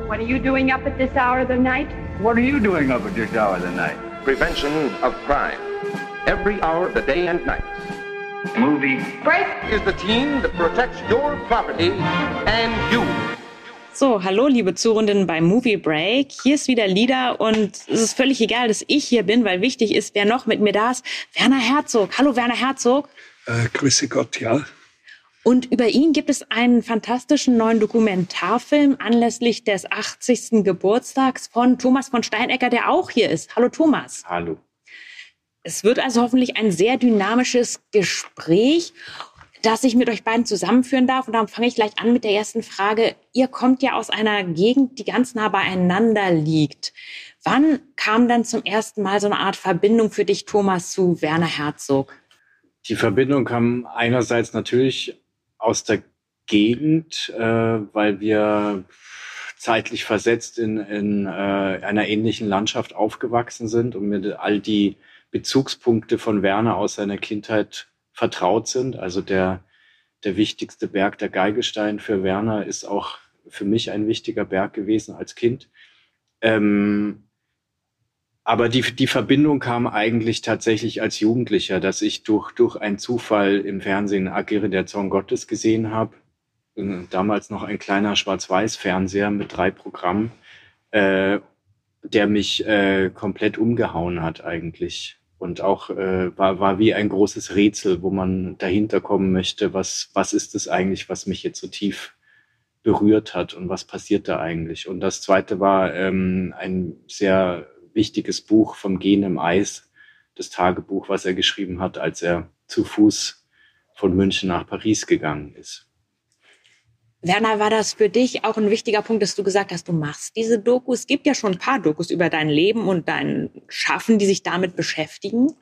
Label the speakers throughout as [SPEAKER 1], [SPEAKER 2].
[SPEAKER 1] What are you doing up at this hour of the night?
[SPEAKER 2] What are you doing up at this hour of the night?
[SPEAKER 3] Prevention of crime. Every hour of the day and night.
[SPEAKER 2] Movie
[SPEAKER 1] Break!
[SPEAKER 3] Is the team that protects your property and you.
[SPEAKER 4] So, hallo liebe Zuhörenden beim Movie Break. Hier ist wieder Lida und es ist völlig egal, dass ich hier bin, weil wichtig ist, wer noch mit mir da ist. Werner Herzog. Hallo Werner Herzog.
[SPEAKER 5] Grüße Gott, ja.
[SPEAKER 4] Und über ihn gibt es einen fantastischen neuen Dokumentarfilm anlässlich des 80. Geburtstags von Thomas von Steinecker, der auch hier ist. Hallo Thomas.
[SPEAKER 6] Hallo.
[SPEAKER 4] Es wird also hoffentlich ein sehr dynamisches Gespräch, das ich mit euch beiden zusammenführen darf. Und darum fange ich gleich an mit der ersten Frage. Ihr kommt ja aus einer Gegend, die ganz nah beieinander liegt. Wann kam dann zum ersten Mal so eine Art Verbindung für dich, Thomas, zu Werner Herzog?
[SPEAKER 6] Die Verbindung kam einerseits natürlich aus der Gegend, weil wir zeitlich versetzt in einer ähnlichen Landschaft aufgewachsen sind und mir all die Bezugspunkte von Werner aus seiner Kindheit vertraut sind. Also der wichtigste Berg, der Geigestein für Werner, ist auch für mich ein wichtiger Berg gewesen als Kind. Aber die Verbindung kam eigentlich tatsächlich als Jugendlicher, dass ich durch einen Zufall im Fernsehen Agere, der Zorn Gottes gesehen habe. Damals noch ein kleiner Schwarz-Weiß-Fernseher mit 3 Programmen, der mich komplett umgehauen hat eigentlich. Und auch war wie ein großes Rätsel, wo man dahinter kommen möchte, was ist es eigentlich, was mich jetzt so tief berührt hat und was passiert da eigentlich. Und das Zweite war ein sehr wichtiges Buch vom Gehen im Eis, das Tagebuch, was er geschrieben hat, als er zu Fuß von München nach Paris gegangen ist.
[SPEAKER 4] Werner, war das für dich auch ein wichtiger Punkt, dass du gesagt hast, du machst diese Doku? Es gibt ja schon ein paar Dokus über dein Leben und dein Schaffen, die sich damit beschäftigen.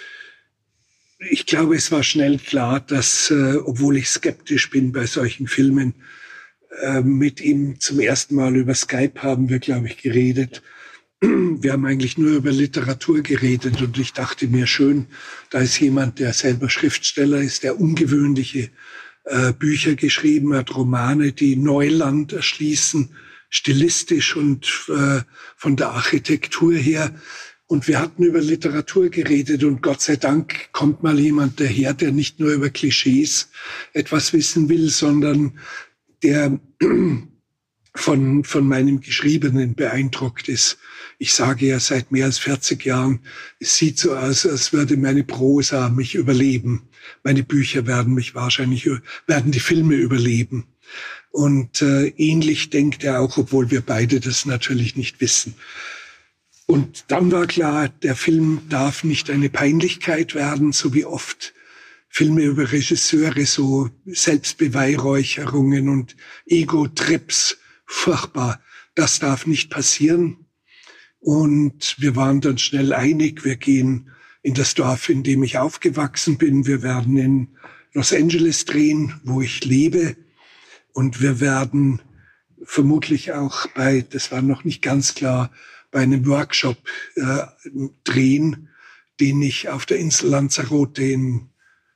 [SPEAKER 5] Ich glaube, es war schnell klar, dass, obwohl ich skeptisch bin bei solchen Filmen, mit ihm zum ersten Mal über Skype haben wir, glaube ich, geredet. Wir haben eigentlich nur über Literatur geredet und ich dachte mir, schön, da ist jemand, der selber Schriftsteller ist, der ungewöhnliche Bücher geschrieben hat, Romane, die Neuland erschließen, stilistisch und von der Architektur her. Und wir hatten über Literatur geredet und Gott sei Dank kommt mal jemand daher, der nicht nur über Klischees etwas wissen will, sondern der von meinem Geschriebenen beeindruckt ist. Ich sage ja seit mehr als 40 Jahren, es sieht so aus, als würde meine Prosa mich überleben. Meine Bücher werden die Filme überleben. Und ähnlich denkt er auch, obwohl wir beide das natürlich nicht wissen. Und dann war klar, der Film darf nicht eine Peinlichkeit werden, so wie oft Filme über Regisseure, so Selbstbeweihräucherungen und Ego-Trips. Furchtbar, das darf nicht passieren. Und wir waren dann schnell einig, wir gehen in das Dorf, in dem ich aufgewachsen bin. Wir werden in Los Angeles drehen, wo ich lebe. Und wir werden vermutlich auch das war noch nicht ganz klar, bei einem Workshop drehen, den ich auf der Insel Lanzarote in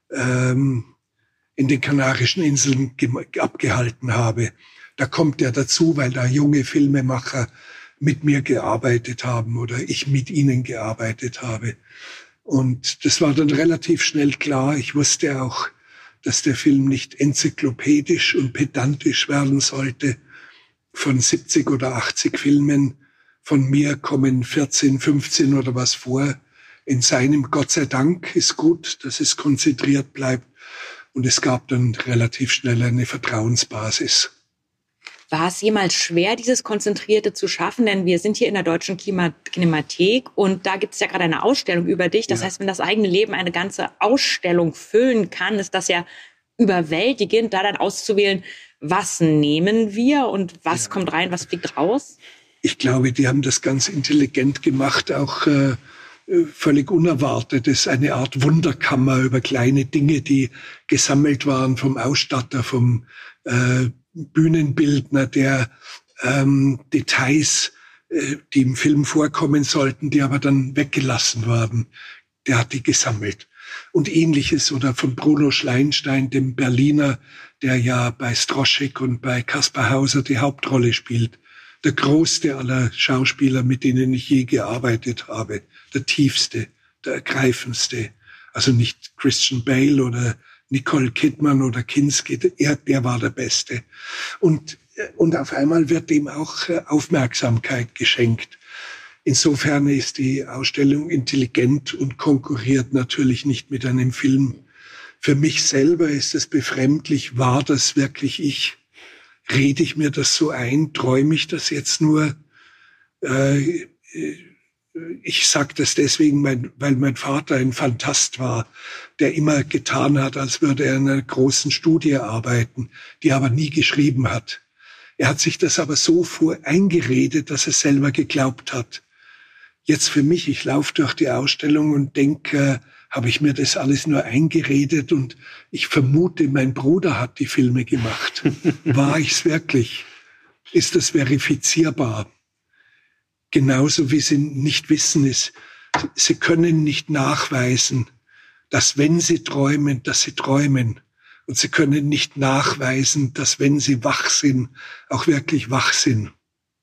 [SPEAKER 5] den Kanarischen Inseln abgehalten habe. Da kommt er dazu, weil da junge Filmemacher mit mir gearbeitet haben oder ich mit ihnen gearbeitet habe. Und das war dann relativ schnell klar. Ich wusste auch, dass der Film nicht enzyklopädisch und pedantisch werden sollte. Von 70 oder 80 Filmen von mir kommen 14, 15 oder was vor. In seinem Gott sei Dank ist gut, dass es konzentriert bleibt. Und es gab dann relativ schnell eine Vertrauensbasis.
[SPEAKER 4] War es jemals schwer, dieses Konzentrierte zu schaffen? Denn wir sind hier in der Deutschen Kinemathek und da gibt es ja gerade eine Ausstellung über dich. Das heißt, wenn das eigene Leben eine ganze Ausstellung füllen kann, ist das ja überwältigend, da dann auszuwählen, was nehmen wir und was kommt rein, was fliegt raus?
[SPEAKER 5] Ich glaube, die haben das ganz intelligent gemacht, auch völlig unerwartet. Es ist eine Art Wunderkammer über kleine Dinge, die gesammelt waren vom Ausstatter, vom Bühnenbildner, der Details, die im Film vorkommen sollten, die aber dann weggelassen waren, der hat die gesammelt. Und Ähnliches oder von Bruno Schleinstein, dem Berliner, der ja bei Stroschek und bei Kaspar Hauser die Hauptrolle spielt. der größte aller Schauspieler, mit denen ich je gearbeitet habe, der tiefste, der ergreifendste. Also nicht Christian Bale oder Nicole Kidman oder Kinski, der war der Beste. Und auf einmal wird dem auch Aufmerksamkeit geschenkt. Insofern ist die Ausstellung intelligent und konkurriert natürlich nicht mit einem Film. Für mich selber ist es befremdlich, war das wirklich ich? Rede ich mir das so ein? Träume ich das jetzt nur? Ich sage das deswegen, weil mein Vater ein Phantast war, der immer getan hat, als würde er in einer großen Studie arbeiten, die er aber nie geschrieben hat. Er hat sich das aber so eingeredet, dass er selber geglaubt hat. Jetzt für mich, ich laufe durch die Ausstellung und denke, habe ich mir das alles nur eingeredet und ich vermute, mein Bruder hat die Filme gemacht. War ich's wirklich? Ist das verifizierbar? Genauso wie sie nicht wissen ist, sie können nicht nachweisen, dass wenn sie träumen, dass sie träumen. Und sie können nicht nachweisen, dass wenn sie wach sind, auch wirklich wach sind.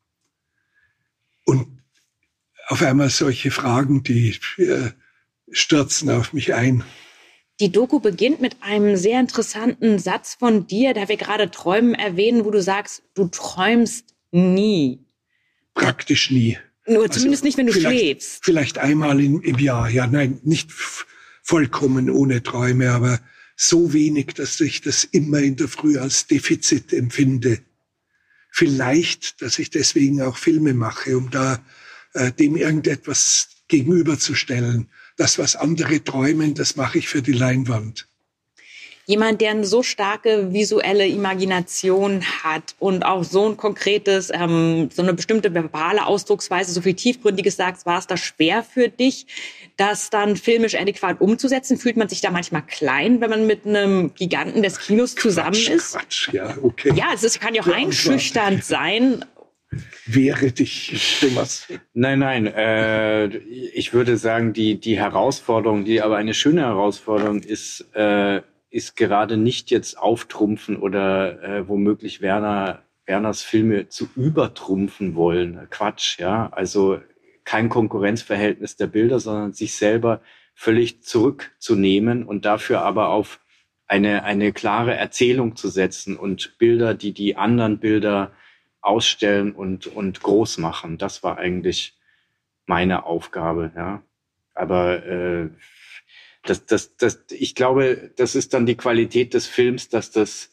[SPEAKER 5] Und auf einmal solche Fragen, die stürzen auf mich ein.
[SPEAKER 4] Die Doku beginnt mit einem sehr interessanten Satz von dir, da wir gerade Träumen erwähnen, wo du sagst, du träumst nie.
[SPEAKER 5] Praktisch nie.
[SPEAKER 4] Nur zumindest nicht, wenn du schläfst.
[SPEAKER 5] Vielleicht einmal im Jahr. Ja, nein, nicht vollkommen ohne Träume, aber so wenig, dass ich das immer in der Früh als Defizit empfinde. Vielleicht, dass ich deswegen auch Filme mache, um da dem irgendetwas gegenüberzustellen. Das, was andere träumen, das mache ich für die Leinwand.
[SPEAKER 4] Jemand, der eine so starke visuelle Imagination hat und auch so ein konkretes, so eine bestimmte verbale Ausdrucksweise, so viel Tiefgründiges sagt, war es da schwer für dich, das dann filmisch adäquat umzusetzen? Fühlt man sich da manchmal klein, wenn man mit einem Giganten des Kinos zusammen ist?
[SPEAKER 5] Quatsch, ja, okay.
[SPEAKER 4] Ja, kann ja auch einschüchternd sein.
[SPEAKER 5] Wehre dich, Thomas.
[SPEAKER 6] Nein, ich würde sagen, die Herausforderung, die aber eine schöne Herausforderung ist gerade nicht jetzt auftrumpfen oder womöglich Werners Filme zu übertrumpfen wollen. Quatsch, ja. Also kein Konkurrenzverhältnis der Bilder, sondern sich selber völlig zurückzunehmen und dafür aber auf eine klare Erzählung zu setzen und Bilder, die anderen Bilder ausstellen und groß machen. Das war eigentlich meine Aufgabe, ja. Aber ich glaube, das ist dann die Qualität des Films, dass das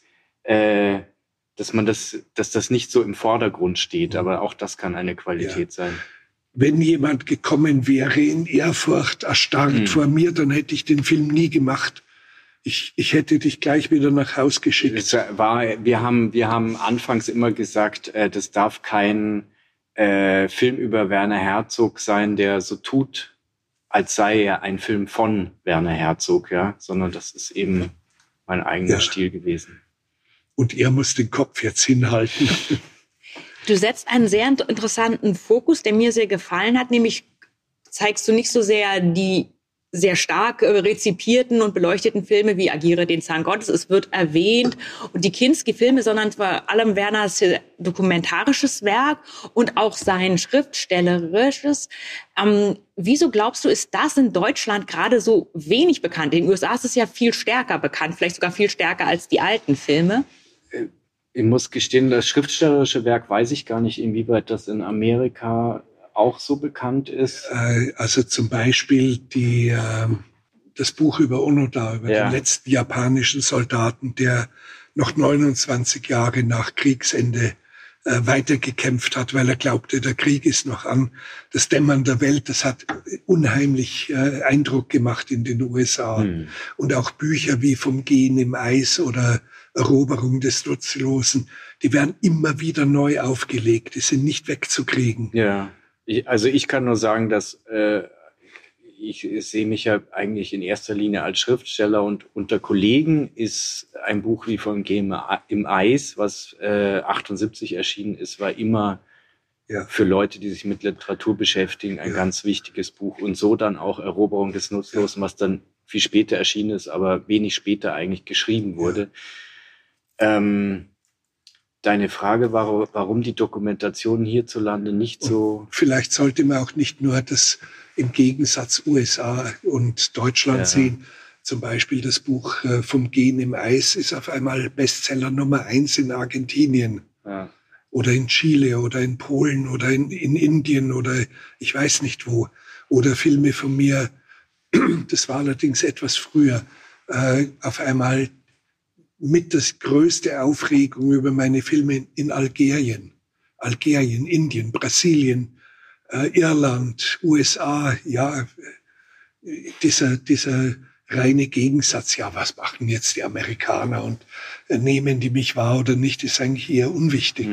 [SPEAKER 6] nicht so im Vordergrund steht. Aber auch das kann eine Qualität sein.
[SPEAKER 5] Wenn jemand gekommen wäre in Ehrfurcht erstarrt vor mir, dann hätte ich den Film nie gemacht. Ich hätte dich gleich wieder nach Haus geschickt.
[SPEAKER 6] Wir haben anfangs immer gesagt, das darf kein Film über Werner Herzog sein, der so tut, als sei er ein Film von Werner Herzog, ja, sondern das ist eben mein eigener Stil gewesen.
[SPEAKER 5] Und er muss den Kopf jetzt hinhalten.
[SPEAKER 4] Du setzt einen sehr interessanten Fokus, der mir sehr gefallen hat, nämlich zeigst du nicht so sehr die sehr stark rezipierten und beleuchteten Filme wie Agiere den Zahn Gottes. Es wird erwähnt und die Kinski-Filme, sondern vor allem Werners dokumentarisches Werk und auch sein schriftstellerisches. Wieso glaubst du, ist das in Deutschland gerade so wenig bekannt? In den USA ist es ja viel stärker bekannt, vielleicht sogar viel stärker als die alten Filme.
[SPEAKER 6] Ich muss gestehen, das schriftstellerische Werk weiß ich gar nicht, inwieweit das in Amerika auch so bekannt ist.
[SPEAKER 5] Also zum Beispiel das Buch über Onoda, über den letzten japanischen Soldaten, der noch 29 Jahre nach Kriegsende weitergekämpft hat, weil er glaubte, der Krieg ist noch an. Das Dämmern der Welt, das hat unheimlich Eindruck gemacht in den USA. Und auch Bücher wie Vom Gehen im Eis oder Eroberung des Nutzlosen, die werden immer wieder neu aufgelegt. Die sind nicht wegzukriegen.
[SPEAKER 6] Ja. Ich kann nur sagen, dass ich sehe mich ja eigentlich in erster Linie als Schriftsteller und unter Kollegen ist ein Buch wie Vom Gehen im Eis, was 78 erschienen ist, war immer für Leute, die sich mit Literatur beschäftigen, ein ganz wichtiges Buch. Und so dann auch Eroberung des Nutzlosen, was dann viel später erschienen ist, aber wenig später eigentlich geschrieben wurde. deine Frage war, warum die Dokumentation hierzulande nicht so...
[SPEAKER 5] Vielleicht sollte man auch nicht nur das im Gegensatz USA und Deutschland sehen. Zum Beispiel das Buch Vom Gehen im Eis ist auf einmal Bestseller Nummer 1 in Argentinien. Ja. Oder in Chile oder in Polen oder in Indien oder ich weiß nicht wo. Oder Filme von mir, das war allerdings etwas früher, auf einmal mit das größte Aufregung über meine Filme in Algerien, Indien, Brasilien, Irland, USA, ja, dieser reine Gegensatz, ja, was machen jetzt die Amerikaner und nehmen die mich wahr oder nicht, ist eigentlich eher unwichtig.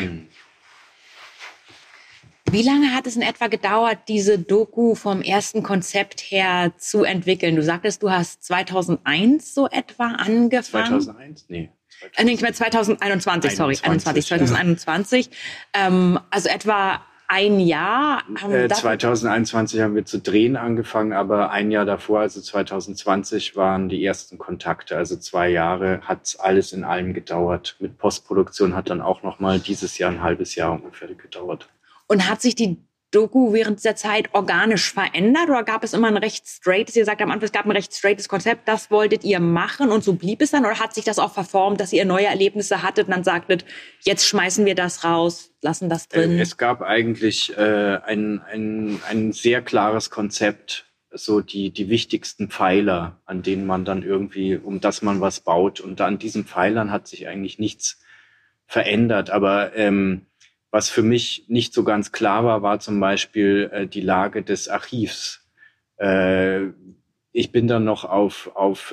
[SPEAKER 4] Wie lange hat es in etwa gedauert, diese Doku vom ersten Konzept her zu entwickeln? Du sagtest, du hast 2001 so etwa angefangen.
[SPEAKER 6] 2001? Nee.
[SPEAKER 4] Nicht mehr 2021, sorry. 2021. Also etwa ein Jahr.
[SPEAKER 6] 2021 haben wir zu drehen angefangen, aber ein Jahr davor, also 2020, waren die ersten Kontakte. Also 2 Jahre hat alles in allem gedauert. Mit Postproduktion hat dann auch noch mal dieses Jahr ein halbes Jahr ungefähr gedauert.
[SPEAKER 4] Und hat sich die Doku während dieser Zeit organisch verändert oder gab es immer ein recht straightes, ihr sagt am Anfang, es gab ein recht straightes Konzept, das wolltet ihr machen und so blieb es dann? Oder hat sich das auch verformt, dass ihr neue Erlebnisse hattet und dann sagtet, jetzt schmeißen wir das raus, lassen das drin?
[SPEAKER 6] Es gab eigentlich ein sehr klares Konzept, so die wichtigsten Pfeiler, an denen man dann irgendwie, um das man was baut. Und an diesen Pfeilern hat sich eigentlich nichts verändert. Aber was für mich nicht so ganz klar war zum Beispiel die Lage des Archivs. Ich bin dann noch auf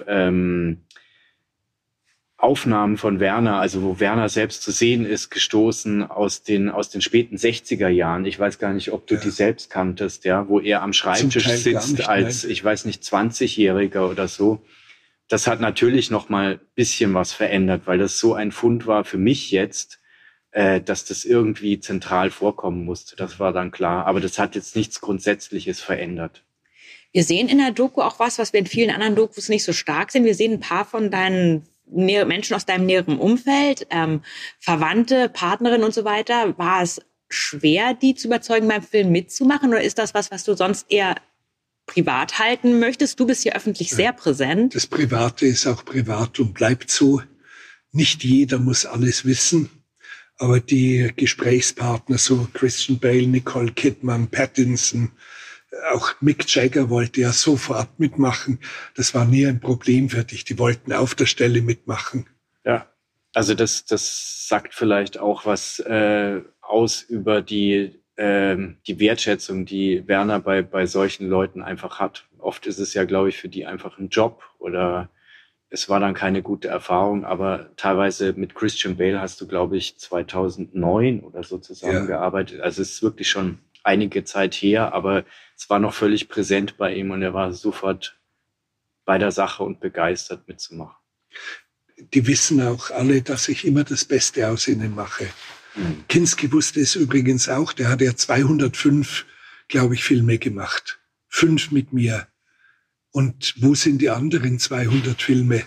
[SPEAKER 6] Aufnahmen von Werner, also wo Werner selbst zu sehen ist, gestoßen aus den späten 60er Jahren. Ich weiß gar nicht, ob du die selbst kanntest, ja, wo er am Schreibtisch sitzt nicht, als, ich weiß nicht, 20-Jähriger oder so. Das hat natürlich noch mal ein bisschen was verändert, weil das so ein Fund war für mich jetzt, dass das irgendwie zentral vorkommen musste. Das war dann klar. Aber das hat jetzt nichts Grundsätzliches verändert.
[SPEAKER 4] Wir sehen in der Doku auch was wir in vielen anderen Dokus nicht so stark sehen. Wir sehen ein paar von deinen Menschen aus deinem näheren Umfeld, Verwandte, Partnerin und so weiter. War es schwer, die zu überzeugen, beim Film mitzumachen? Oder ist das was du sonst eher privat halten möchtest? Du bist hier öffentlich sehr präsent.
[SPEAKER 5] Das Private ist auch privat und bleibt so. Nicht jeder muss alles wissen. Aber die Gesprächspartner, so Christian Bale, Nicole Kidman, Pattinson, auch Mick Jagger wollte ja sofort mitmachen. Das war nie ein Problem für dich. Die wollten auf der Stelle mitmachen.
[SPEAKER 6] Ja, also das sagt vielleicht auch was aus über die Wertschätzung, die Werner bei solchen Leuten einfach hat. Oft ist es ja, glaube ich, für die einfach ein Job oder es war dann keine gute Erfahrung, aber teilweise mit Christian Bale hast du, glaube ich, 2009 oder so zusammengearbeitet. Ja. Also es ist wirklich schon einige Zeit her, aber es war noch völlig präsent bei ihm und er war sofort bei der Sache und begeistert mitzumachen.
[SPEAKER 5] Die wissen auch alle, dass ich immer das Beste aus ihnen mache. Kinski wusste es übrigens auch, der hat ja 205, glaube ich, Filme gemacht. 5 mit mir. Und wo sind die anderen 200 Filme?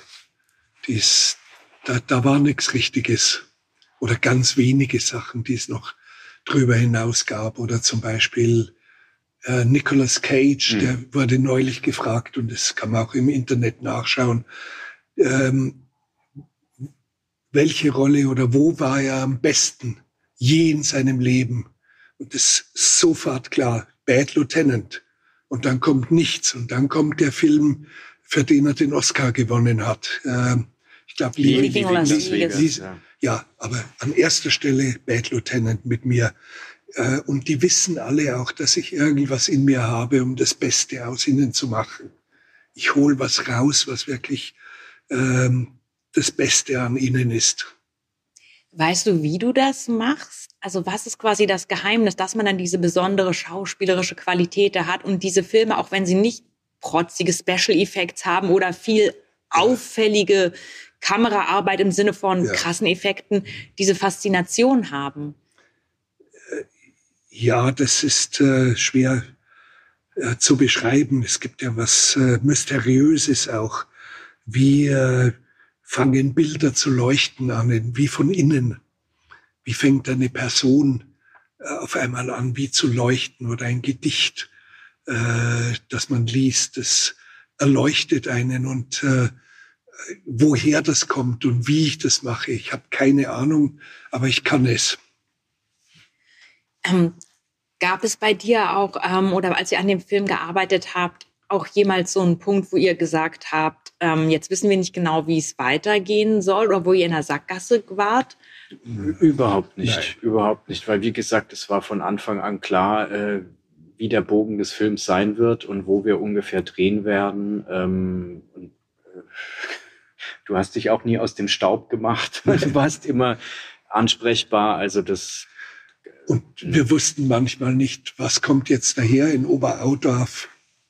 [SPEAKER 5] Da war nichts Richtiges. Oder ganz wenige Sachen, die es noch drüber hinaus gab. Oder zum Beispiel Nicolas Cage, der wurde neulich gefragt, und das kann man auch im Internet nachschauen, welche Rolle oder wo war er am besten je in seinem Leben? Und das ist sofort klar, Bad Lieutenant. Und dann kommt nichts. Und dann kommt der Film, für den er den Oscar gewonnen hat. Ich glaube,
[SPEAKER 4] Leaving Las Vegas.
[SPEAKER 5] Ja, aber an erster Stelle Bad Lieutenant mit mir. Und die wissen alle auch, dass ich irgendwas in mir habe, um das Beste aus ihnen zu machen. Ich hole was raus, was wirklich das Beste an ihnen ist.
[SPEAKER 4] Weißt du, wie du das machst? Also was ist quasi das Geheimnis, dass man dann diese besondere schauspielerische Qualität da hat und diese Filme, auch wenn sie nicht protzige Special Effects haben oder viel auffällige Kameraarbeit im Sinne von krassen Effekten, diese Faszination haben?
[SPEAKER 5] Ja, das ist schwer zu beschreiben. Es gibt ja was Mysteriöses auch. Wie fangen Bilder zu leuchten an, wie von innen. wie fängt eine Person auf einmal an, wie zu leuchten, oder ein Gedicht, das man liest, das erleuchtet einen, und woher das kommt und wie ich das mache, ich habe keine Ahnung, aber ich kann es.
[SPEAKER 4] Gab es bei dir auch, oder als ihr an dem Film gearbeitet habt, auch jemals so einen Punkt, wo ihr gesagt habt, jetzt wissen wir nicht genau, wie es weitergehen soll, oder wo ihr in der Sackgasse wart?
[SPEAKER 6] Überhaupt nicht, Nein. Überhaupt nicht, weil wie gesagt, es war von Anfang an klar, wie der Bogen des Films sein wird und wo wir ungefähr drehen werden. Du hast dich auch nie aus dem Staub gemacht, du warst immer ansprechbar, also das...
[SPEAKER 5] Und wir wussten manchmal nicht, was kommt jetzt daher. In Oberaudorf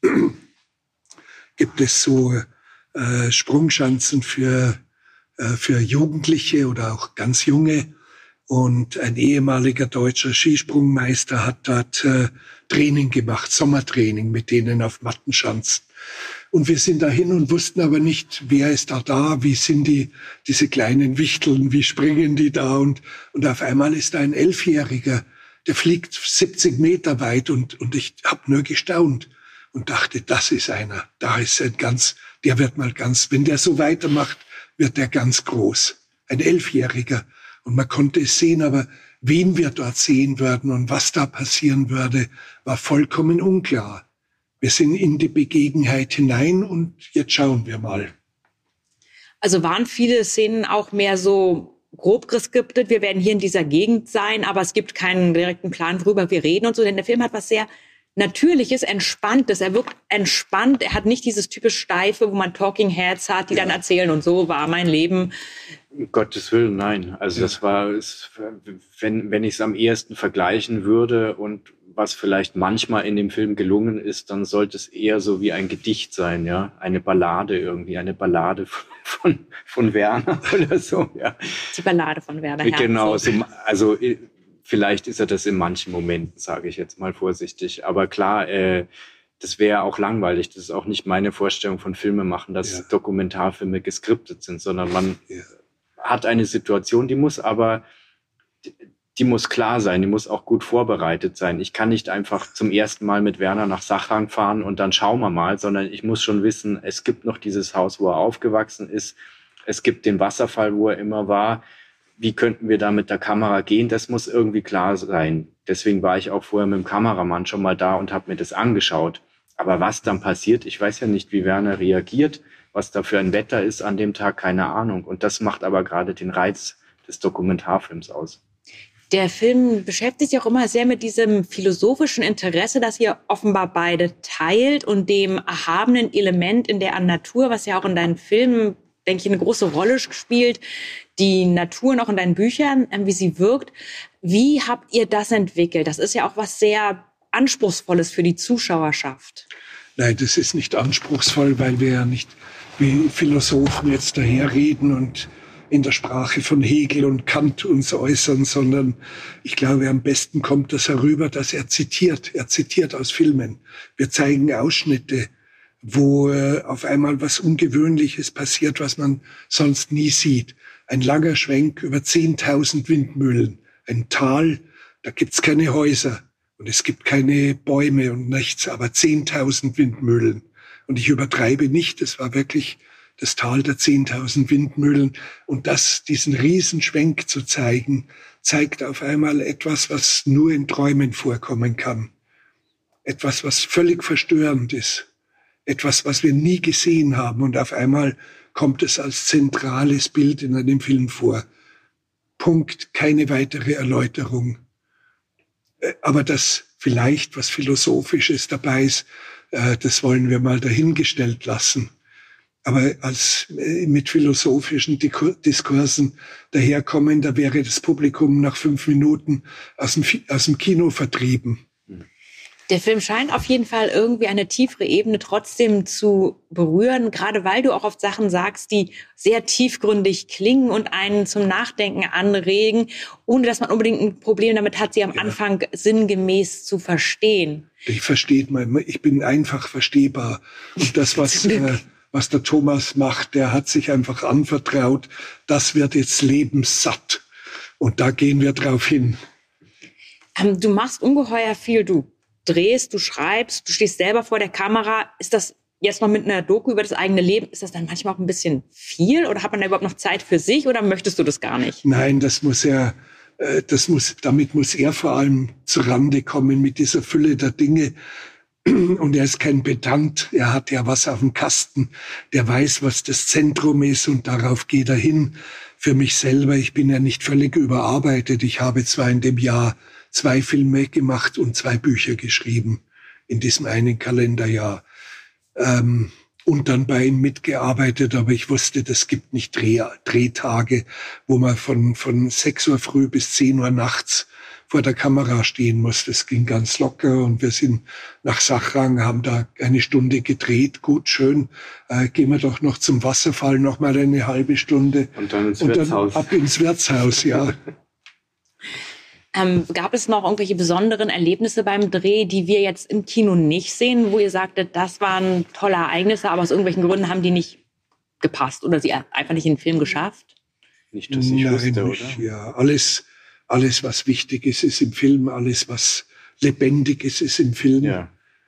[SPEAKER 5] gibt es so Sprungschanzen für Jugendliche oder auch ganz Junge. Und ein ehemaliger deutscher Skisprungmeister hat dort Training gemacht, Sommertraining mit denen auf Mattenschanzen. Und wir sind dahin und wussten aber nicht, wer ist da, wie sind diese kleinen Wichteln, wie springen die da, und auf einmal ist da ein 11-Jähriger, der fliegt 70 Meter weit, und ich habe nur gestaunt und dachte, das ist einer, da ist der wird mal ganz, wenn der so weitermacht, wird der ganz groß. Ein 11-Jähriger. Und man konnte es sehen, aber wen wir dort sehen würden und was da passieren würde, war vollkommen unklar. Wir sind in die Begebenheit hinein und jetzt schauen wir mal.
[SPEAKER 4] Also waren viele Szenen auch mehr so grob geskriptet, wir werden hier in dieser Gegend sein, aber es gibt keinen direkten Plan, worüber wir reden und so, denn der Film hat was sehr Natürliches, Entspanntes. Er wirkt entspannt, er hat nicht dieses typisch Steife, wo man Talking Heads hat, die dann erzählen, und so war mein Leben.
[SPEAKER 6] Um Gottes Willen, nein. Also das war, wenn ich es am ehesten vergleichen würde und was vielleicht manchmal in dem Film gelungen ist, dann sollte es eher so wie ein Gedicht sein, ja, eine Ballade irgendwie, eine Ballade von Werner oder so, ja.
[SPEAKER 4] Die Ballade von Werner Herzog.
[SPEAKER 6] Genau, also vielleicht ist er das in manchen Momenten, sage ich jetzt mal vorsichtig, aber klar, das wäre auch langweilig. Das ist auch nicht meine Vorstellung von Filme machen, dass Dokumentarfilme geskriptet sind, sondern man hat eine Situation, die muss klar sein, die muss auch gut vorbereitet sein. Ich kann nicht einfach zum ersten Mal mit Werner nach Sachrang fahren und dann schauen wir mal, sondern ich muss schon wissen, es gibt noch dieses Haus, wo er aufgewachsen ist. Es gibt den Wasserfall, wo er immer war. Wie könnten wir da mit der Kamera gehen? Das muss irgendwie klar sein. Deswegen war ich auch vorher mit dem Kameramann schon mal da und habe mir das angeschaut. Aber was dann passiert, ich weiß ja nicht, wie Werner reagiert, was da für ein Wetter ist an dem Tag, keine Ahnung. Und das macht aber gerade den Reiz des Dokumentarfilms aus.
[SPEAKER 4] Der Film beschäftigt sich auch immer sehr mit diesem philosophischen Interesse, das ihr offenbar beide teilt, und dem erhabenen Element in der Natur, was ja auch in deinen Filmen, denke ich, eine große Rolle spielt. Die Natur noch in deinen Büchern, wie sie wirkt. Wie habt ihr das entwickelt? Das ist ja auch was sehr Anspruchsvolles für die Zuschauerschaft.
[SPEAKER 5] Nein, das ist nicht anspruchsvoll, weil wir ja nicht wie Philosophen jetzt daherreden und in der Sprache von Hegel und Kant uns äußern, sondern ich glaube, am besten kommt das herüber, dass er zitiert. Er zitiert aus Filmen. Wir zeigen Ausschnitte, wo auf einmal was Ungewöhnliches passiert, was man sonst nie sieht. Ein langer Schwenk über 10.000 Windmühlen. Ein Tal, da gibt's keine Häuser und es gibt keine Bäume und nichts, aber 10.000 Windmühlen. Und ich übertreibe nicht, es war wirklich das Tal der 10.000 Windmühlen. Und diesen Riesenschwenk zu zeigen, zeigt auf einmal etwas, was nur in Träumen vorkommen kann. Etwas, was völlig verstörend ist. Etwas, was wir nie gesehen haben. Und auf einmal kommt es als zentrales Bild in einem Film vor. Punkt, keine weitere Erläuterung. Aber das vielleicht was Philosophisches dabei ist, das wollen wir mal dahingestellt lassen. Aber als mit philosophischen Diskursen daherkommen, da wäre das Publikum nach 5 Minuten aus dem Kino vertrieben.
[SPEAKER 4] Der Film scheint auf jeden Fall irgendwie eine tiefere Ebene trotzdem zu berühren, gerade weil du auch oft Sachen sagst, die sehr tiefgründig klingen und einen zum Nachdenken anregen, ohne dass man unbedingt ein Problem damit hat, sie am Anfang sinngemäß zu verstehen.
[SPEAKER 5] Ich bin einfach verstehbar. Und das, was der Thomas macht, der hat sich einfach anvertraut, das wird jetzt lebenssatt. Und da gehen wir drauf hin.
[SPEAKER 4] Du machst ungeheuer viel. Du drehst, du schreibst, du stehst selber vor der Kamera. Ist das jetzt noch mit einer Doku über das eigene Leben, ist das dann manchmal auch ein bisschen viel? Oder hat man da überhaupt noch Zeit für sich? Oder möchtest du das gar nicht?
[SPEAKER 5] Nein, damit muss er vor allem zurande kommen mit dieser Fülle der Dinge. Und er ist kein Pedant, er hat ja was auf dem Kasten, der weiß, was das Zentrum ist und darauf geht er hin. Für mich selber, ich bin ja nicht völlig überarbeitet. Ich habe zwar in dem Jahr 2 Filme gemacht und 2 Bücher geschrieben in diesem einen Kalenderjahr. Und dann bei ihm mitgearbeitet, aber ich wusste, das gibt nicht Drehtage, wo man von 6 Uhr früh bis 10 Uhr nachts vor der Kamera stehen muss. Das ging ganz locker und wir sind nach Sachrang, haben da eine Stunde gedreht. Gut, schön. Gehen wir doch noch zum Wasserfall noch mal eine halbe Stunde.
[SPEAKER 6] Und dann ins Wirtshaus.
[SPEAKER 5] Ab ins Wirtshaus, ja.
[SPEAKER 4] Gab es noch irgendwelche besonderen Erlebnisse beim Dreh, die wir jetzt im Kino nicht sehen, wo ihr sagtet, das waren tolle Ereignisse, aber aus irgendwelchen Gründen haben die nicht gepasst oder sie einfach nicht in den Film geschafft?
[SPEAKER 6] Nicht, dass ich wusste, oder?
[SPEAKER 5] Ja, alles, was wichtig ist, ist im Film. Alles, was lebendig ist im Film.
[SPEAKER 6] Ja.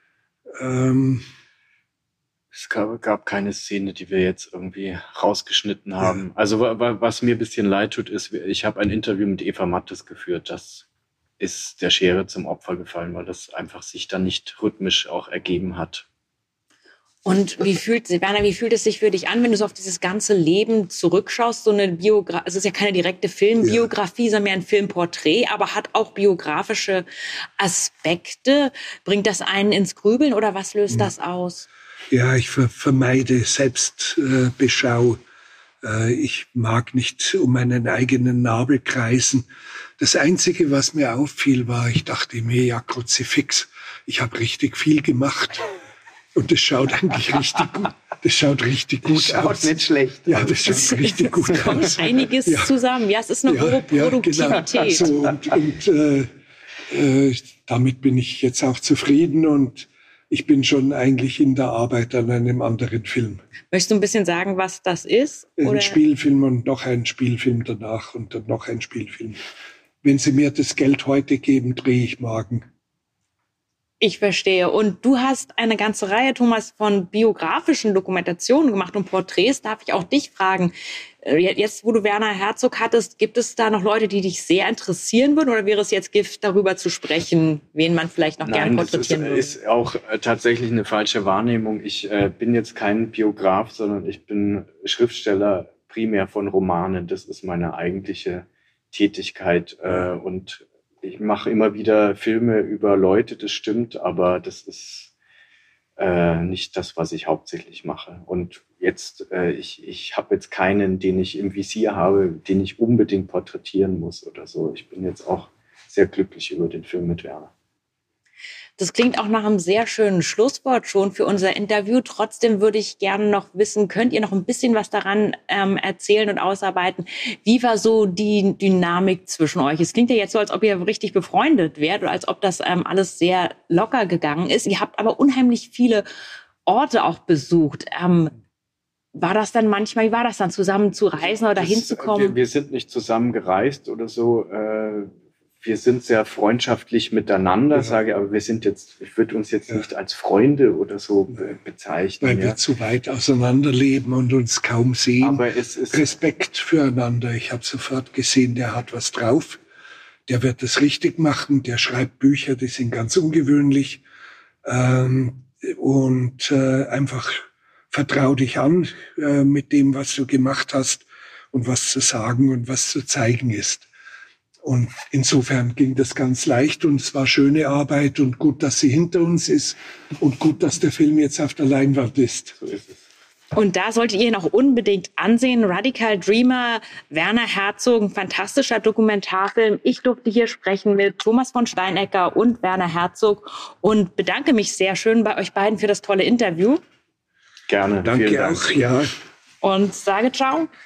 [SPEAKER 6] Es gab keine Szene, die wir jetzt irgendwie rausgeschnitten haben. Ja. Also was mir ein bisschen leid tut, ist, ich habe ein Interview mit Eva Mattes geführt. Das ist der Schere zum Opfer gefallen, weil das einfach sich dann nicht rhythmisch auch ergeben hat.
[SPEAKER 4] Und Werner, wie fühlt es sich für dich an, wenn du so auf dieses ganze Leben zurückschaust? So eine Biografie, es ist ja keine direkte Filmbiografie, sondern mehr ein Filmporträt, aber hat auch biografische Aspekte. Bringt das einen ins Grübeln oder was löst das aus?
[SPEAKER 5] Ja, ich vermeide Selbstbeschau. Ich mag nicht um meinen eigenen Nabel kreisen. Das Einzige, was mir auffiel, war, ich dachte mir, ja, Kruzifix, ich habe richtig viel gemacht. Und das schaut eigentlich richtig gut. Das schaut richtig gut
[SPEAKER 6] aus.
[SPEAKER 5] Schaut
[SPEAKER 6] nicht schlecht.
[SPEAKER 5] Ja, das schaut richtig gut aus.
[SPEAKER 4] Es kommt einiges zusammen. Ja, es ist eine hohe Produktivität.
[SPEAKER 5] Ja, genau. Also, damit bin ich jetzt auch zufrieden und ich bin schon eigentlich in der Arbeit an einem anderen Film.
[SPEAKER 4] Möchtest du ein bisschen sagen, was das ist?
[SPEAKER 5] Ein Spielfilm und noch ein Spielfilm danach und dann noch ein Spielfilm. Wenn Sie mir das Geld heute geben, drehe ich morgen.
[SPEAKER 4] Ich verstehe. Und du hast eine ganze Reihe, Thomas, von biografischen Dokumentationen gemacht und Porträts. Darf ich auch dich fragen, jetzt, wo du Werner Herzog hattest, gibt es da noch Leute, die dich sehr interessieren würden? Oder wäre es jetzt Gift, darüber zu sprechen, wen man vielleicht noch gerne porträtieren würde?
[SPEAKER 6] Das ist auch tatsächlich eine falsche Wahrnehmung. Ich bin jetzt kein Biograf, sondern ich bin Schriftsteller primär von Romanen. Das ist meine eigentliche Tätigkeit. Und ich mache immer wieder Filme über Leute, das stimmt, aber das ist nicht das, was ich hauptsächlich mache. Und jetzt, ich habe jetzt keinen, den ich im Visier habe, den ich unbedingt porträtieren muss oder so. Ich bin jetzt auch sehr glücklich über den Film mit Werner.
[SPEAKER 4] Das klingt auch nach einem sehr schönen Schlusswort schon für unser Interview. Trotzdem würde ich gerne noch wissen, könnt ihr noch ein bisschen was daran erzählen und ausarbeiten? Wie war so die Dynamik zwischen euch? Es klingt ja jetzt so, als ob ihr richtig befreundet wärt oder als ob das alles sehr locker gegangen ist. Ihr habt aber unheimlich viele Orte auch besucht. War das dann manchmal, wie war das dann, zusammen zu reisen oder hinzukommen?
[SPEAKER 6] Wir sind nicht zusammen gereist oder so. Wir sind sehr freundschaftlich miteinander, sage, aber ich würde uns jetzt nicht als Freunde oder so bezeichnen.
[SPEAKER 5] Weil wir zu weit auseinander leben und uns kaum sehen.
[SPEAKER 6] Aber es ist
[SPEAKER 5] Respekt füreinander. Ich habe sofort gesehen, der hat was drauf. Der wird das richtig machen. Der schreibt Bücher, die sind ganz ungewöhnlich. Einfach vertrau dich an mit dem, was du gemacht hast und was zu sagen und was zu zeigen ist. Und insofern ging das ganz leicht und es war schöne Arbeit und gut, dass sie hinter uns ist und gut, dass der Film jetzt auf der Leinwand ist.
[SPEAKER 6] So ist es.
[SPEAKER 4] Und da solltet ihr ihn auch unbedingt ansehen. Radical Dreamer, Werner Herzog, ein fantastischer Dokumentarfilm. Ich durfte hier sprechen mit Thomas von Steinecker und Werner Herzog und bedanke mich sehr schön bei euch beiden für das tolle Interview.
[SPEAKER 6] Gerne.
[SPEAKER 5] Danke auch, ja.
[SPEAKER 4] Und sage ciao.